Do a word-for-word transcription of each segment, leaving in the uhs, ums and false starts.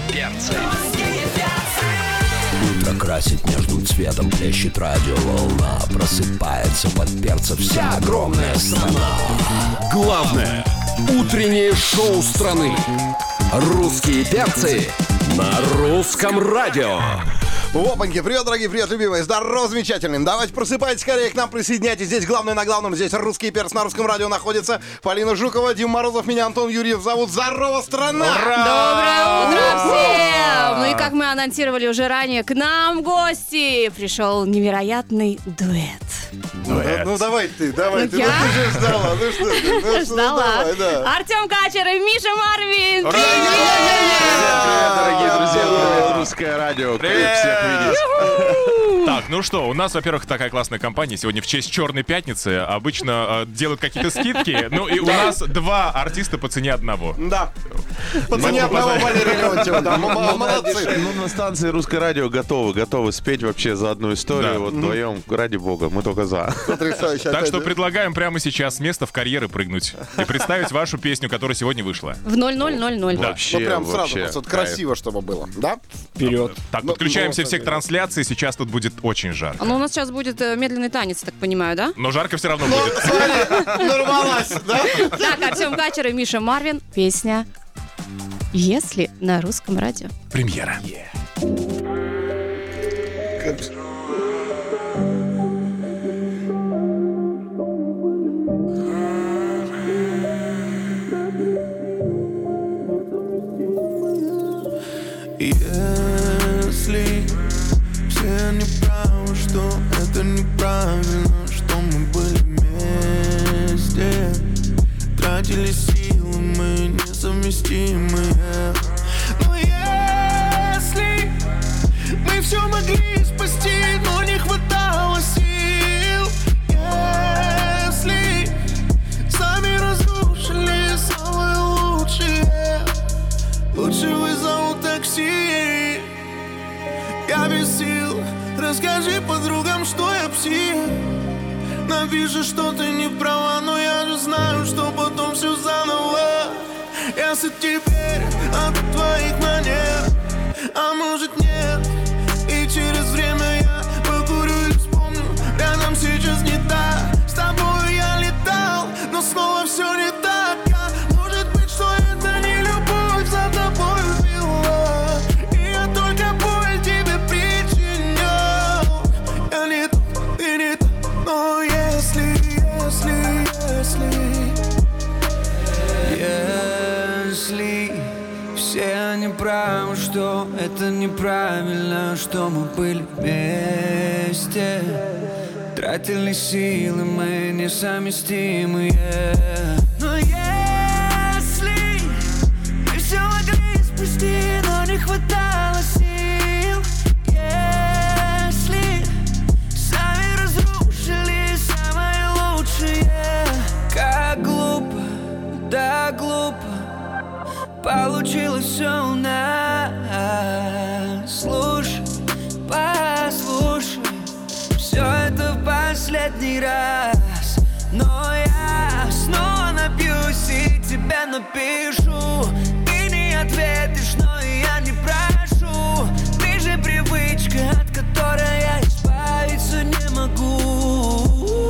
перцы. Утро красит между цветом, плещет радиоволна. Просыпается под перцем вся огромная страна. Главное утреннее шоу страны. Русские перцы на русском радио. Опаньки, привет, дорогие, привет, любимые, здорово, замечательным. Давайте просыпайтесь скорее, к нам присоединяйтесь. Здесь главное на главном, здесь русский перц на русском радио находится. Полина Жукова, Дим Морозов, меня Антон Юрьев зовут. Здорово, страна! Доброе утро всем! Ну и как мы анонсировали уже ранее, к нам в гости пришел невероятный дуэт. Дуэт. Ну, ну давай ты, давай Ну, ты, я? ну ты же ждала, ну что ты, ну что, Ждала. давай, да. Артем Качер и Миша Марвин. Привет, дорогие друзья, привет, русское радио. Привет. Всех видеть. Так, ну что, у нас, во-первых, такая классная компания. Сегодня в честь Черной пятницы обычно э, делают какие-то скидки. Ну и у нас два артиста по цене одного. Да. По цене одного Валерия Леонтьева, да, м- м- молодцы. Ну, на станции русское радио готовы, готовы спеть вообще за одну историю. Да. Вот вдвоем, ради бога, мы только за. Потрясающе. Так опять что же. предлагаем прямо сейчас с места в карьеры прыгнуть и представить вашу песню, которая сегодня вышла. В ноль ноль ноль ноль. Да. Вообще, Ну прям сразу, вообще. просто вот красиво, чтобы было, да? Вперед. Так, Ну, подключаемся ну, всех да. трансляций. Сейчас тут будет очень жарко. Ну у нас сейчас будет э, медленный танец, я так понимаю, да? Но жарко все равно Ну, будет. смотри, нарвалась, да? Так, Артем Качер и Миша Марвин. Песня «Если» на русском радио. Премьера. Если все они правы, что это неправильно, что мы были вместе, тратили силы мы несовместимые. Но если мы все могли спасти, но не хватало сил, если сами разрушили самое лучшее, лучше вызову такси. Я без сил, расскажи подругам, что я псих. Напиши, что ты не права, но я же знаю, что потом все заново. Если теперь от твоих манер, а может нет, и через время я покурю и вспомню, рядом сейчас не так. С тобой я летал, но снова все не так. А может быть, что это не любовь за тобой убила, и я только боль тебе причинял. Я не тот, ты не тот, но если, если, если Если все они правы, что это неправильно, что мы были вместе, тратили силы мы несовместимые. Но если мы все могли спасти, но не хватало сил, если сами разрушили самое лучшее, как глупо, да глупо получилось все у нас. Слушай, послушай, все это в последний раз. Но я снова напьюсь и тебе напишу. Ты не ответишь, но и я не прошу. Ты же привычка, от которой я избавиться не могу.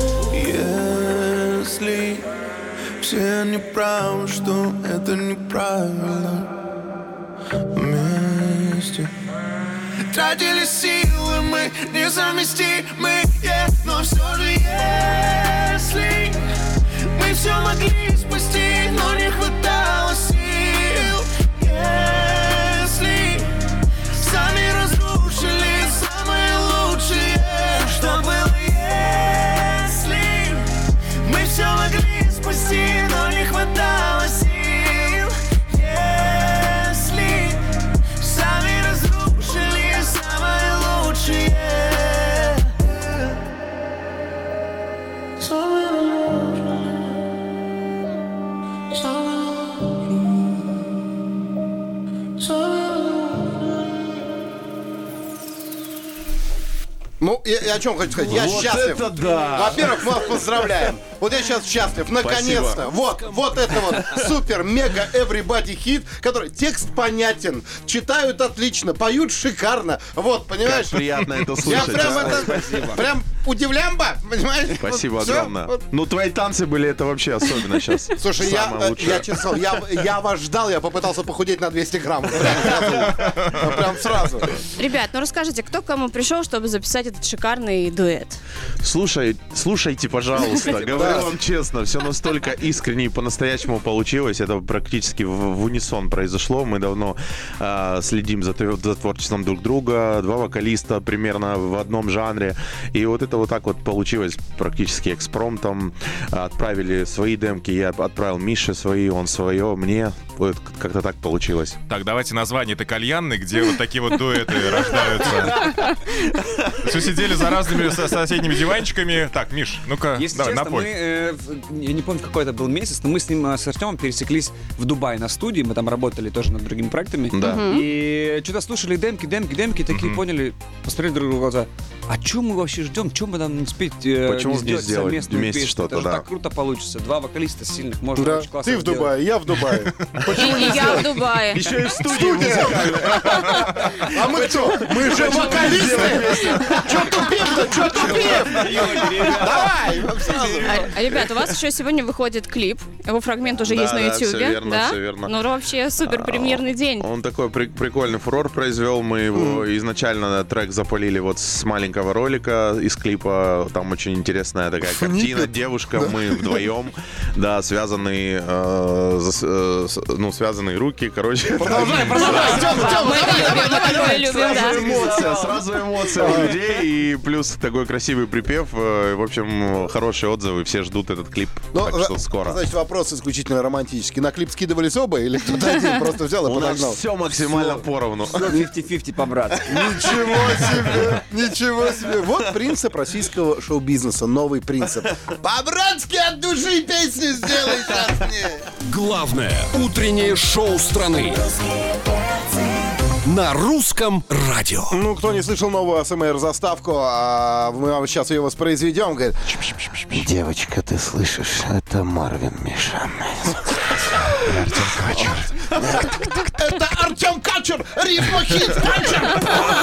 Если все они правы, что это неправильно, вместе тратили силы мы несовместимые, но все же если мы все могли спасти, но не хватало сил, если сами разрушили самое лучшее, что было, если мы все могли спасти, но не хватало сил, если сами разрушили самое лучшее. Самое лучшее, самое лучшее, самое лучшее. Ну, я, я о чем хочу сказать? Я Вот счастлив. это да! Во-первых, мы вас поздравляем. Вот я сейчас счастлив, наконец-то. Вот, вот это вот супер-мега everybody хит, который текст понятен, читают отлично, поют шикарно. Вот, понимаешь? Как приятно это Я слушать. прям а? это, прям удивлямба, понимаешь? Спасибо Вот всё, огромное. вот. Ну, твои танцы были это вообще особенно сейчас. Слушай, я, Самое э, лучшее. я честно, я, я вас ждал, я попытался похудеть на двести грамм. Прям сразу. Прям сразу. Ребят, ну расскажите, кто к кому пришел, чтобы записать этот шикарный дуэт? Слушай, слушайте, пожалуйста, говорю вам честно, все настолько искренне и по-настоящему получилось. Это практически в, в унисон произошло. Мы давно э, следим за, тв- за творчеством друг друга. Два вокалиста примерно в одном жанре. И вот это вот так вот получилось практически экспромтом. Отправили свои демки, я отправил Мише свои, он свое, мне. Вот как-то так получилось. Так, давайте название этой кальянной, где вот такие вот дуэты рождаются. Все сидели за разными со- соседними диванчиками. Так, Миш, ну-ка, Если давай, честно, напой. мы, э, в- я не помню, какой это был месяц, но мы с ним, э, с Артемом пересеклись в Дубае на студии, мы там работали тоже над другими проектами. Да. И что-то слушали демки, демки, демки, такие поняли, посмотрели друг другу в глаза. А что мы вообще ждем? Чем мы там не спеть э, Почему не не сделать сделать совместную вместе песню? что-то, Это же да. так круто получится. Два вокалиста сильных, можно Да. очень классно Ты в сделать. Дубае, я в Дубае. И, и я в Дубае. Еще и в студии. А мы кто? Мы же вокалисты! Че тупим-то? Че тупим? Давай! Сразу. А, а, ребят, у вас еще сегодня выходит клип. Его фрагмент уже Да, есть на да, Ютубе. всё верно, да? всё верно. Ну, вообще супер премьерный день. Он такой при- прикольный фурор произвел. Мы его изначально трек запалили вот с маленького ролика из клипа. Там очень интересная такая картина. Девушка, мы вдвоем, да, связанные, э, зас- э, с- ну, связанные руки, короче. Продолжай, продолжай! Идем, идем, Мы это давай, любим, мы давай, такое давай. любим, Сразу да. эмоция, сразу эмоция у людей. И плюс такой красивый припев. э, В общем, хорошие отзывы. Все ждут этот клип. Ну, Так что за- скоро. Значит, вопрос исключительно романтический. На клип скидывались оба или кто-то один просто взял и У нас подогнал? все максимально поровну. пятьдесят на пятьдесят по-братски. Ничего себе! Ничего себе! Вот принцип российского шоу-бизнеса. Новый принцип. По-братски от души песню сделай сейчас мне! Главное утреннее шоу страны на русском радио. Ну, кто не слышал новую АСМР-заставку, а мы вам сейчас ее воспроизведем, говорит: девочка, ты слышишь? Это Марвин, Миша. Это Артем Качер! Рифмохит Качер!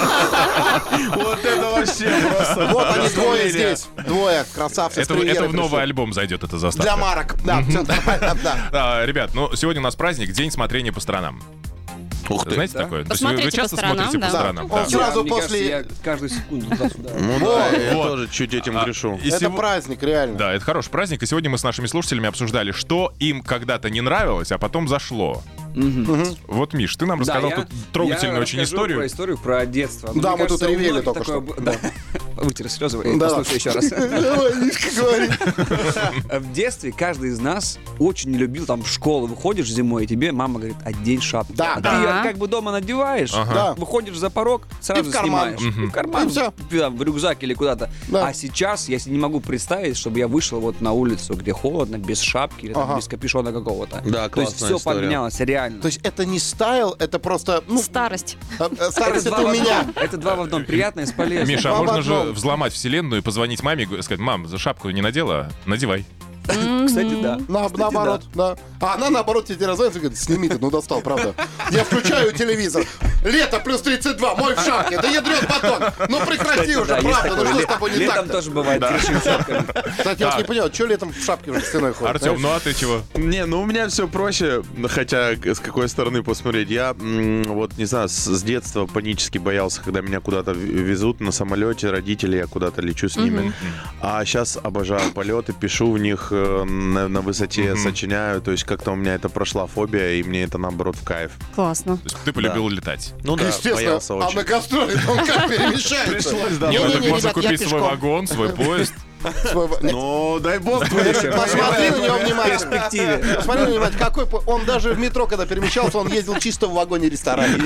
Вот это вообще просто. Вот они двое здесь. Двое красавцев. Это, с премьерой это в новый пришли. альбом зайдет эта заставка. Для марок. Да, все нормально, да. А, ребят, ну сегодня у нас праздник, день смотрения по сторонам. Ух ты. Знаете Да? такое? То есть вы- вы Посмотрите часто по сторонам, смотрите по да. сторонам? Он Да. сразу Мне после- кажется, я каждую секунду туда-сюда. Ну да, я Вот. тоже чуть этим А, грешу. и Это сего- праздник, реально. Да, это хороший праздник, и сегодня мы с нашими слушателями обсуждали, что им когда-то не нравилось, а потом зашло. Вот, Миш, ты нам рассказал я- тут трогательную я очень расскажу историю. про историю про детство. Ну, Да, мне мы тут кажется, у ревели многих только такое что. б- да. Вытер слезы, и Да. послушай еще раз. Давай, Мишка, говори. В детстве каждый из нас очень не любил, там, в школу выходишь зимой, и тебе мама говорит, одень шапку. Да, А да. ты её как бы дома надеваешь, Да. выходишь за порог, сразу в карман. снимаешь. И в карман, И всё. там, в рюкзак или куда-то. Да. А сейчас я себе не могу представить, чтобы я вышел вот на улицу, где холодно, без шапки или там, Ага. без капюшона какого-то. Да, То есть классная все история. поменялось, реально. То есть это не стайл, это просто, ну, Старость. э, э, старость это два у в меня. одном. Это два в одном. Приятное с полезным. Миша, а Два в можно же одном. взломать вселенную и позвонить маме и г- сказать: мам, за шапку не надела? Надевай. Кстати, да. На- Кстати, наоборот, да. А она наоборот тебе разойдется и говорит: сними ты, ну достал, правда. Я включаю телевизор. Лето плюс тридцать два, мой в шапке. Да ядрёт батон. Ну прекрати уже, Да, есть правда. Ну такое. что с Ле- тобой не Летом так-то? тоже бывает кричим щетками. Кстати, я вот не понял, что летом в шапке в стеной ходит? Артем, ну а ты чего? Не, ну у меня все проще, хотя к- с какой стороны посмотреть. Я м, вот не знаю, с, с детства панически боялся, когда меня куда-то в- везут на самолете, родители, я куда-то лечу с ними. А сейчас обожаю полеты, пишу в них э, на, на высоте, сочиняю. То есть как-то у меня это прошла фобия, и мне это наоборот в кайф. Классно. То есть ты полюбил летать. Ну да, Естественно, боялся а очень. на гастроли он как перемещается? Пришлось, да. Не, ну так Не-не-не, можно ребят, я купить свой пешком. вагон, свой поезд. Свой- Ну, дай бог. Посмотри на него внимательно. перспективе. Посмотри на него внимательно. Какой... по- Он даже в метро, когда перемещался, он ездил чисто в вагоне-ресторане.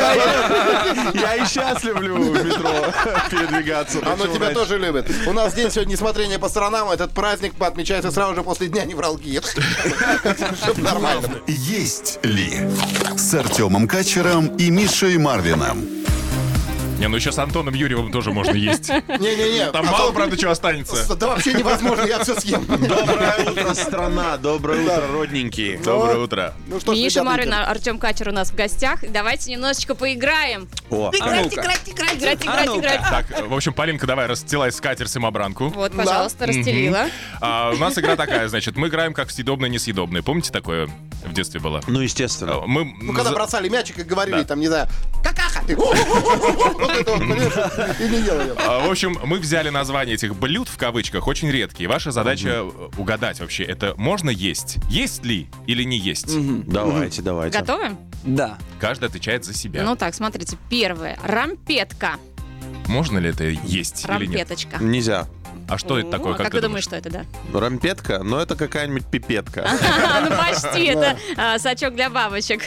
Я и сейчас люблю в метро передвигаться. Оно Почему тебя раньше? тоже любит. У нас день сегодня несмотрения по сторонам. Этот праздник отмечается сразу же после Дня невралгии. Чтоб нормально. Есть ли с Артемом Качером и Мишей Марвином. Не, ну еще с Антоном Юрьевым тоже можно есть. Не-не-не. Там мало, правда, чего останется. Да вообще невозможно, я все съем. Доброе утро, страна. Доброе утро, родненькие. Доброе утро. Ну что ж, Миша ребятки, Марвин, Артем Качер у нас в гостях. Давайте немножечко поиграем. О, Играть, ну-ка. играть, играть, играть, А играть, ну-ка. играть. Так, в общем, Полинка, давай, расстилай скатерть-самобранку. Вот, пожалуйста, Мгм. расстелила. А, у нас игра такая, значит, мы играем как съедобное-несъедобное. Помните, такое в детстве было? ну, естественно. Мы, Ну, когда бросали мячик и говорили, Да. там, не знаю, какаха, ты, вот это вот, понимаешь, и не делали. А, В общем, мы взяли название этих блюд, в кавычках, очень редкие. Ваша задача э, угадать вообще, это можно есть? Есть ли или не есть? Давайте, давайте. Готовы? Да. Каждый отвечает за себя. Ну так, смотрите, первое. Рампетка. Можно ли это есть или нет? Рампеточка. Нельзя. А что это О, такое? Как, Как ты думаешь, что это, да? Рампетка, но это какая-нибудь пипетка. Ну почти, это а, сачок для бабочек.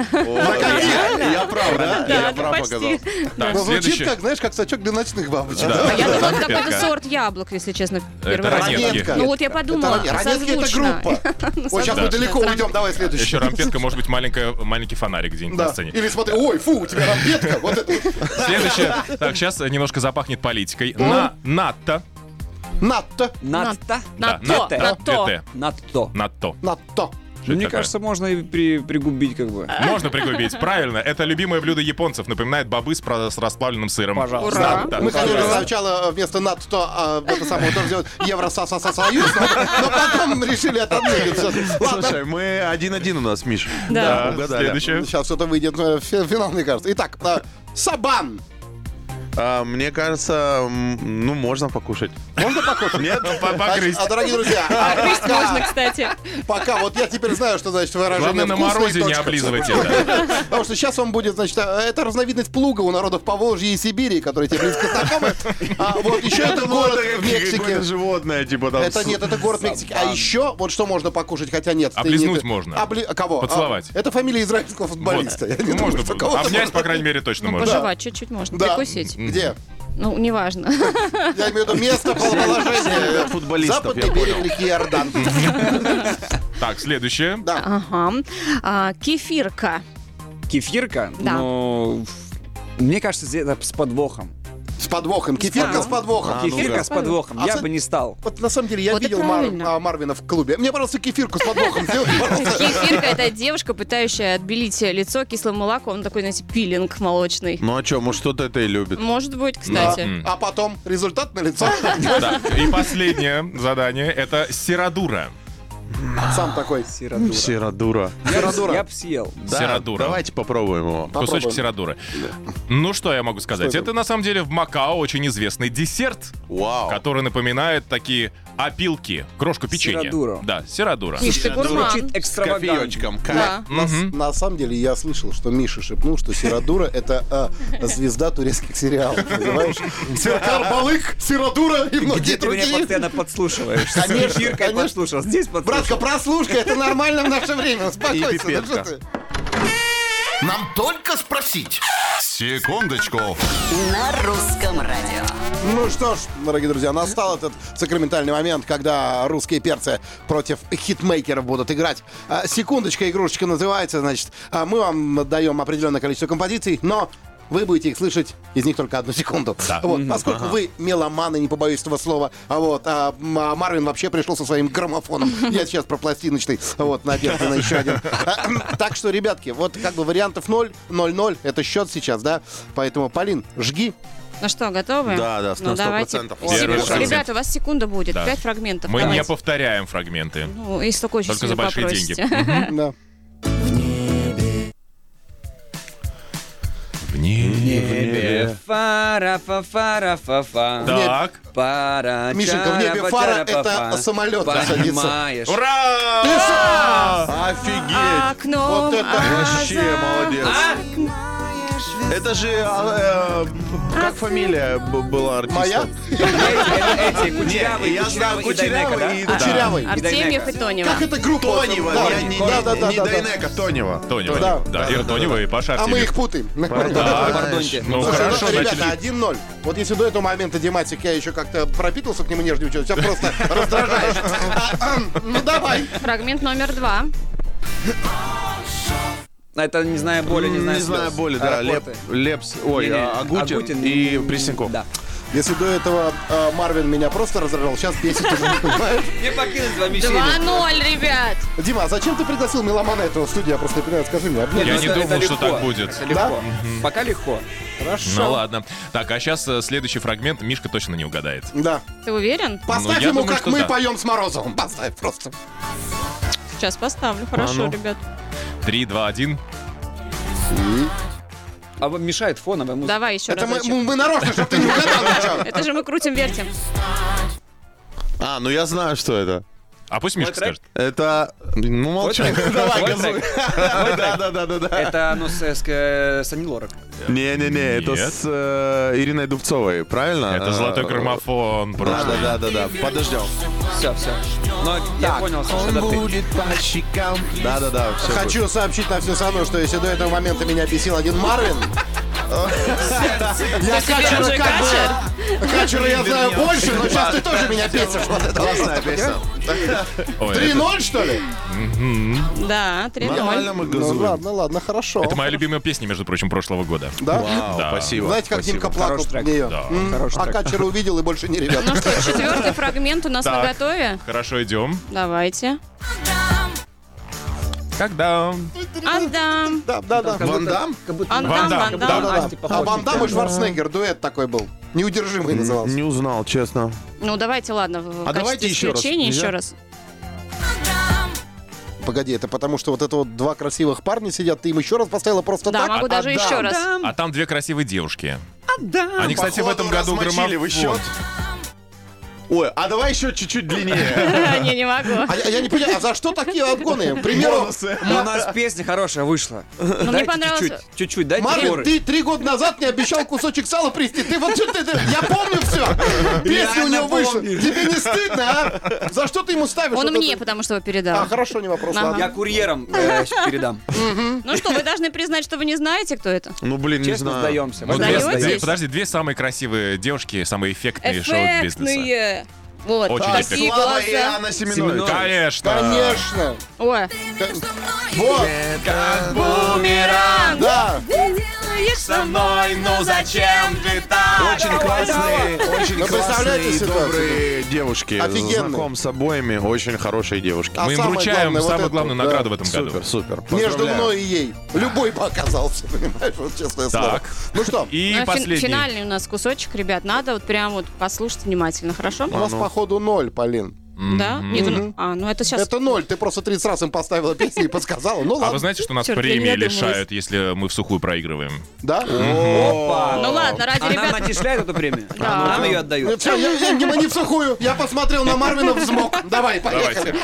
Я я прав, да? Да, Я ну прав почти. показал. Так, Ну, звучит следующее. как, знаешь, как сачок для ночных бабочек. Да. А я думала, это Рампетка. какой-то сорт яблок, если честно, первый Это раз. ранетки. Ранетка. Ну вот я подумала, Это ранетки. Ранетки это созвучно. группа. Ну, Ой, сейчас мы созвучно. далеко уйдем, давай следующий. Еще рампетка, может быть, маленькая, маленький фонарик где-нибудь на Да. сцене. Или смотри, ой, фу, у тебя рампетка. Вот это. Следующее. Так, сейчас немножко запахнет политикой. На НАТО. НАТО. Надто. Да, НАТО, НАТО. ТТ. Надто. НАТО. НАТО. Что Мне это такое? кажется, можно и при- пригубить как бы. Можно пригубить, правильно. Это любимое блюдо японцев. Напоминает бобы с, про- с расплавленным сыром. Пожалуйста. Ура. Да, Мы да. хотели сначала вместо НАТО а, это самое тоже сделать Евросоюз, но потом решили отодвинуться. Ладно, Слушай, мы один-один у нас, Миш. Да. Угадали. Следующее. сейчас что-то выйдет э, фи- финал, мне кажется. Итак, э, сабан. А, мне кажется, м, ну, можно покушать. Можно покушать? Нет? По- Погрызть. А, дорогие друзья, а, Грызть можно, кстати. пока, вот я теперь знаю, что значит выражение Главное, на «вкусно» и морозе не точка. облизывайте это. Потому что сейчас вам будет, значит, а, это разновидность плуга у народов Поволжья и Сибири, которые тебе близко знакомы. А вот еще это город в Мексике. Какое-то животное, типа там. Это с- нет, это город Мексики. А еще, вот что можно покушать, хотя нет. ты Облизнуть не- можно. Обли- а Кого? Поцеловать. А, это фамилия израильского футболиста. Я не Ну, думаю, можно что было. кого-то Обнять, можно. по крайней мере, точно Ну, можно. пожевать чуть-чуть можно, Да. прикусить. Где? Ну, неважно. Я имею в виду место положения. Футболистов, Западный я берег понял. реки Иордан. Так, следующее. Да. Ага. А, Кефирка. Кефирка? Да. Ну, мне кажется, здесь это с подвохом. С подвохом. Кефирка с подвохом. Кефирка с подвохом. А Я с- бы не стал. Вот на самом деле я Вот и видел Мар- правильно. а, Марвина в клубе. Мне, пожалуйста, кефирку с подвохом сделай, пожалуйста. Кефирка — это девушка, пытающая отбелить лицо кислым молоком. Он такой, знаете, пилинг молочный. Ну а что, может, кто-то это и любит. Может быть, Да. кстати. А потом результат на лицо. Так, и последнее задание — это сирадура. Сам такой. Сирадура. Сирадура. Сирадура. Я бы съел. Да, Сирадура. Давайте попробуем его. Кусочек Попробуем. сирадуры. Ну, что я могу сказать? Что это? Это, на самом деле, в Макао очень известный десерт, Вау. который напоминает такие опилки, крошку печенья. Сирадуру. Да, сирадура. Миш, ты гурман. Звучит С экстравагантно. кофеечком. Да. На, на самом деле я слышал, что Миша шепнул, что Сирадура — это а, звезда турецких сериалов, понимаешь? Серкар Балык, Сирадура и многие Где ты меня другие. постоянно подслушиваешь? С Конечно, кефиркой конечно. подслушал. Здесь Братка, подслушал. прослушка — это нормально в наше время. И Успокойся. ну пипетка. что ты? Нам только спросить. Секундочку. На русском радио. Ну что ж, дорогие друзья, настал этот сакраментальный момент, когда русские перцы против хитмейкеров будут играть. А, секундочка, игрушечка называется, значит, а, мы вам даем определенное количество композиций, но вы будете их слышать из них только одну секунду. Да. Вот, поскольку вы меломаны, не побоюсь этого слова, а вот, а, м, а Марвин вообще пришел со своим граммофоном. Я сейчас про пластиночный, вот, наперся на еще один. А, Так что, ребятки, вот как бы вариантов ноль, ноль ноль, это счет сейчас, да? Поэтому, Полин, жги. Ну что, готовы? Да, да, Ну, на сто давайте. процентов. Первый Секунду. фрагмент. Ребята, у вас секунда будет. Да. Пять фрагментов. Мы не Давайте. повторяем фрагменты. Ну, если только очень Только за сильно большие попросите. деньги. Да. В небе. Небе фара фа фара фа фа. Так. Пара. Мишенька, в небе чара, фара — чара, это па, самолет па. садится. Понимаешь. Ура! Офигеть. Окном. Вот это Вообще молодец. Это же, а, э, как фамилия б- была артиста? Моя? Эти кучерявые, я знаю, кучерявые и Дайнека, да? Кучерявый и А, Кучерявый. и Артемьев Дайнека. и Тонева. Как это группа? Тонева, Да, я не, да, да, не, да, не да, да. Дайнека, Тонева. Тонева. Да. Да, Ира Тонева и Паша А мы Артемьев. их путаем. Так, Пардоньте. ну Слушай, хорошо, ну, ребята, начали. один ноль. Вот если до этого момента, Димасик, я еще как-то пропитался к нему нежным чувством, сейчас просто раздражаешь. А, а, Ну давай. Фрагмент номер два. Это «Не знаю боли, не знаю Не знаю слез». боли, да. Леп, Аэропорты. Лепс, ой, Не-не, а, Агутин, Агутин и Пресняков. Да. Если до этого э, Марвин меня просто раздражал, сейчас бесит уже, понимаешь? Не покинуть вами два ноль, ребят. Дима, а зачем ты пригласил меломана этого в студию? Я просто не понимаю, скажи мне. Я не думал, что так будет. Это легко. Пока легко. Ну ладно. Так, а сейчас следующий фрагмент Мишка точно не угадает. Да. Ты уверен? Поставь Ну, я ему, думаю, как что мы да. поем с Морозовым. Поставь просто. Сейчас поставлю. Хорошо, ну. ребят. Три, два, один. А вам мешает фоновая музыка. Давай еще Это мы, разочек. мы нарочно, чтобы ты не угадал ничего. Это же мы крутим-вертим. А, ну я знаю, что это. А пусть Мишка трек? скажет. Это... Ну, молчи. трек? Давай, Твой газуй. трек? Да, да, да, да, да. Это, ну, с, с, с, с Ани Лорак. Не-не-не, это Нет. с э, Ириной Дубцовой, правильно? Это золотой граммофон Да, прошлый. да, да, да, да. Подождем. Все, все. Но я понял, что это ты. по щекам. Да, да, да. всё Хочу сообщить на всю страну, что если до этого момента меня бесил один Марвин, я Качера уже как бы... Качера я знаю больше, но сейчас ты тоже меня бесишь. Вот это Классная песня. Ой, три это- ноль, что ли? Да, три ноль. Нормально мы Ну газуем. ладно, ладно, хорошо. Это моя любимая песня, между прочим, прошлого года. Да? Вау, Да. спасибо. Знаете, как спасибо. Димка плакал Хороший в трек. нее? Да. М, Хороший А трек. Качера увидел и больше не ребят. Ну что, четвертый фрагмент у нас Так. наготове. Хорошо, идем. Давайте. Когда? Отдам. Да, да, да. Ван Дам? Отдам, Ван Дам, отдам. Да, да, Асти да. А похож. Ван Дам и Шварценеггер, дуэт такой был. Неудержимый назывался. Не узнал, честно. Ну, давайте, ладно, в А качестве давайте еще раз. исключения Нельзя? еще раз. Погоди, это потому что вот это вот два красивых парня сидят, ты им еще раз поставила просто Да, так? могу даже Отдам. еще раз. А там две красивые девушки. Они, кстати, в Походу, этом году размочили вы граммофон. счет. Ой, а давай еще чуть-чуть длиннее. Не, не могу. А я, я не понимаю, а за что такие отгоны? К примеру, Бонусы. Ну, у нас песня хорошая вышла. мне Дайте понравился- чуть-чуть, чуть-чуть, дайте Марвин, форы. ты три года назад мне обещал кусочек сала привезти. Ты вот что ты, ты- я помню все. Песня у него вышла. Тебе не стыдно, а? За что ты ему ставишь? Он вот мне, это? потому что его А, передал. хорошо, не вопрос. Ага. ладно. Я курьером э, передам. Ну что, вы должны признать, что вы не знаете, кто это? Ну, блин, не Честно знаю. сдаемся. Ну, Вот две- Сдаетесь? две- подожди, две самые красивые девушки, самые эффектные шоу-бизнеса. Эффектные. Вот, Очень такие Слава и голоса. Анна Семенович. Конечно. Конечно. Ой, Вот, бумеранг. да. Со мной, ну зачем ты так? Очень классные, очень Ну, представляете классные и ситуацию? добрые девушки. Офигенные. Знаком с обоими, очень хорошие девушки. А Мы им самое вручаем главное, вот самую это главную вот, да. награду в этом году. Супер, супер. Между Поздравляю. мной и ей. Любой бы оказался, понимаешь, вот честное слово. Так. Ну что, И Ну, фин- последний. финальный у нас кусочек, ребят. Надо вот прям вот послушать внимательно, хорошо? у вас походу ноль, Полин. Да? Нет, ну, а, ну это сейчас... Это ноль, ты просто тридцать раз им поставила песню и подсказала. Ну А вы ладно, знаете, что нас Чёрт, я не премии додумалась. лишают, если мы в сухую проигрываем? да? Опа! Ну ладно, ради А нам ребят... начисляют эту премию? Да. Нам ее Ну, отдают. всё, я, я, Дима, не в сухую. Я посмотрел на Марвина, взмок. Давай, поехали.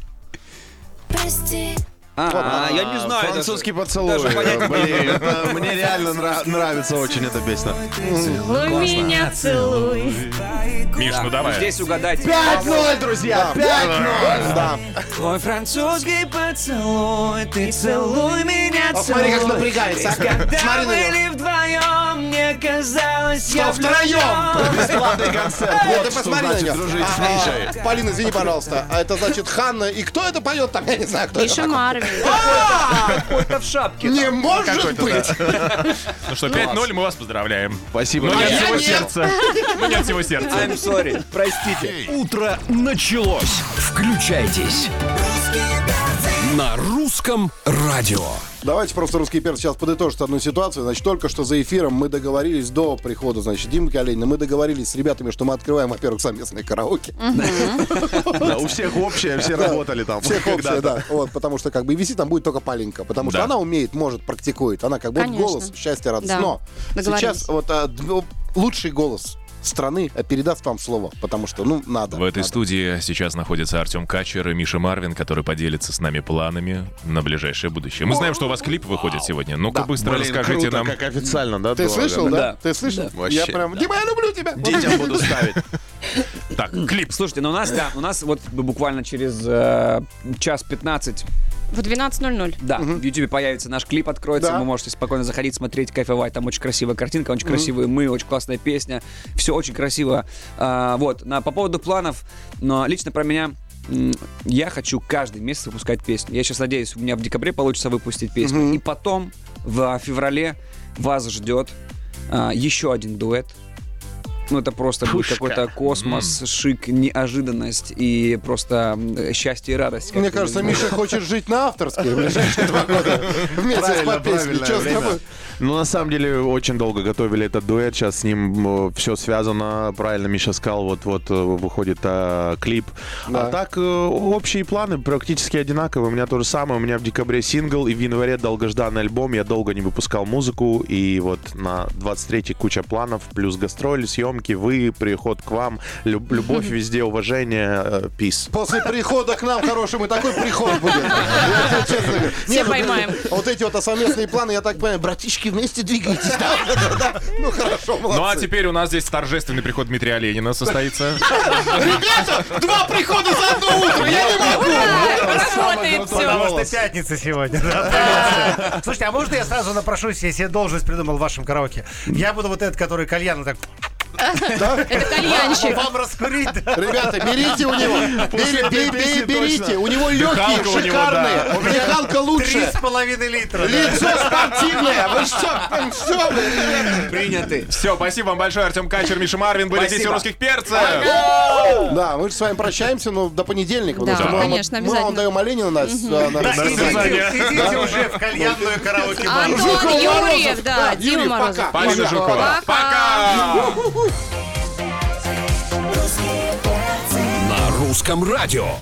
А, я не знаю. Французский даже. поцелуй. Даже понять не Блин, это- мне реально нра- нравится очень эта песня. Целуй меня, целуй. Миш, ну давай. Здесь угадать. пять ноль, друзья, пять ноль. Да. Твой французский поцелуй, ты целуй меня, А смотри, как напрягается. а. Смотри на него. вдвоем, мне казалось, Что втроем? Бесплатный концерт. Ты Вот что посмотри на значит него. дружить с Ага. Мишей. Полина, извини, пожалуйста. А это значит Ханна. И кто это поет там? Я не знаю, кто это. Миша Марвин. Какой-то в шапке. Не может Какой-то, быть. Ну что, пять ноль, мы вас поздравляем. Спасибо. Но не А от я всего нет. сердца. Ну не от всего сердца. I'm sorry, простите. Утро началось. Включайтесь. На русском радио. Давайте просто русский перц сейчас подытожит одну ситуацию. Значит, только что за эфиром мы договорились до прихода, значит, Димки Оленина, мы договорились с ребятами, что мы открываем, во-первых, совместные караоке. Да, у всех общее, все работали там. Всех общее, когда-то. да. Вот, потому что как бы и вести там будет только Паленька. Потому что Да. она умеет, может, практикует. Она как бы вот Конечно. голос, счастье, радость. Да. Но Договорились. сейчас вот а, д- лучший голос страны а, передаст вам слово. Потому что, ну, надо. В этой надо. студии сейчас находится Артем Качер и Миша Марвин, который поделится с нами планами на ближайшее будущее. Мы знаем, что у вас клип выходит сегодня. Ну-ка Да. быстро Блин, расскажите круто, нам. как официально, да? Ты дорого? слышал, да? Да. Ты слышал? Да. Вообще, Я прям, Дима, я люблю тебя. Детям буду ставить. Так, клип. Слушайте, ну у нас, да, у нас вот буквально через э, час пятнадцать, В двенадцать ноль ноль. да, в Ютубе появится наш клип, откроется, Да. вы можете спокойно заходить, смотреть, кайфовать, там очень красивая картинка, очень красивые мы, очень классная песня, все очень красиво. А, вот, на, по поводу планов, но лично про меня, м, я хочу каждый месяц выпускать песню. Я сейчас надеюсь, у меня в декабре получится выпустить песню. Мгм. И потом в феврале вас ждет а, еще один дуэт. Ну, это просто будет Пушка. какой-то космос, шик, неожиданность и просто м, счастье и радость. как Мне ты кажется, знаешь. Миша хочет жить на авторской в ближайшие два года. Вместе с Правильно, песней. правильное Чё с время. тобой? Ну, на самом деле, очень долго готовили этот дуэт. Сейчас с ним все связано. Правильно Миша сказал, вот-вот э, выходит э, клип. Да. А так, э, общие планы практически одинаковые. У меня то же самое. У меня в декабре сингл, и в январе долгожданный альбом. Я долго не выпускал музыку. И вот на двадцать третий куча планов. Плюс гастроли, съемки, вы, приход к вам. Люб- любовь везде, уважение, э, peace. После прихода к нам хороший мы такой приход будет. Я тебе честно говорю. Все Не, ну, поймаем. Вот эти вот совместные планы, я так понимаю, братишки вместе двигайтесь. Да, да, да. Ну хорошо, молодцы. Ну а теперь у нас здесь торжественный приход Дмитрия Оленина состоится. Ребята, два прихода за одно утро, я не могу. Работает Потому все. что пятница сегодня. да. Слушайте, а можно я сразу напрошусь, если я должность придумал в вашем караоке? Я буду вот этот, который кальян так Это кальянщик. вам раскурить. да? Ребята, берите у него. Бери- бери- бери- Берите. У него легкие, Дыхалка у него, шикарные. Дыхалка Три лучше. с половиной литра. да. Лицо спортивное. Вы что? Что вы? Приняты. Все, спасибо вам большое, Артем Качер, Миша Марвин были здесь у русских перцев. Да, мы же с вами прощаемся, но до понедельника. потому Да, что мы вам- конечно, Мы вам обязательно. даем Оленина на на- на Да, расписание. идите, идите уже в кальянную караоке-бар. Антон Жуков, Юрьев, Морозов. да, Да, Дима Юрьев, Морозов. пока. Полина Пока. Жукова. Пока! На русском радио.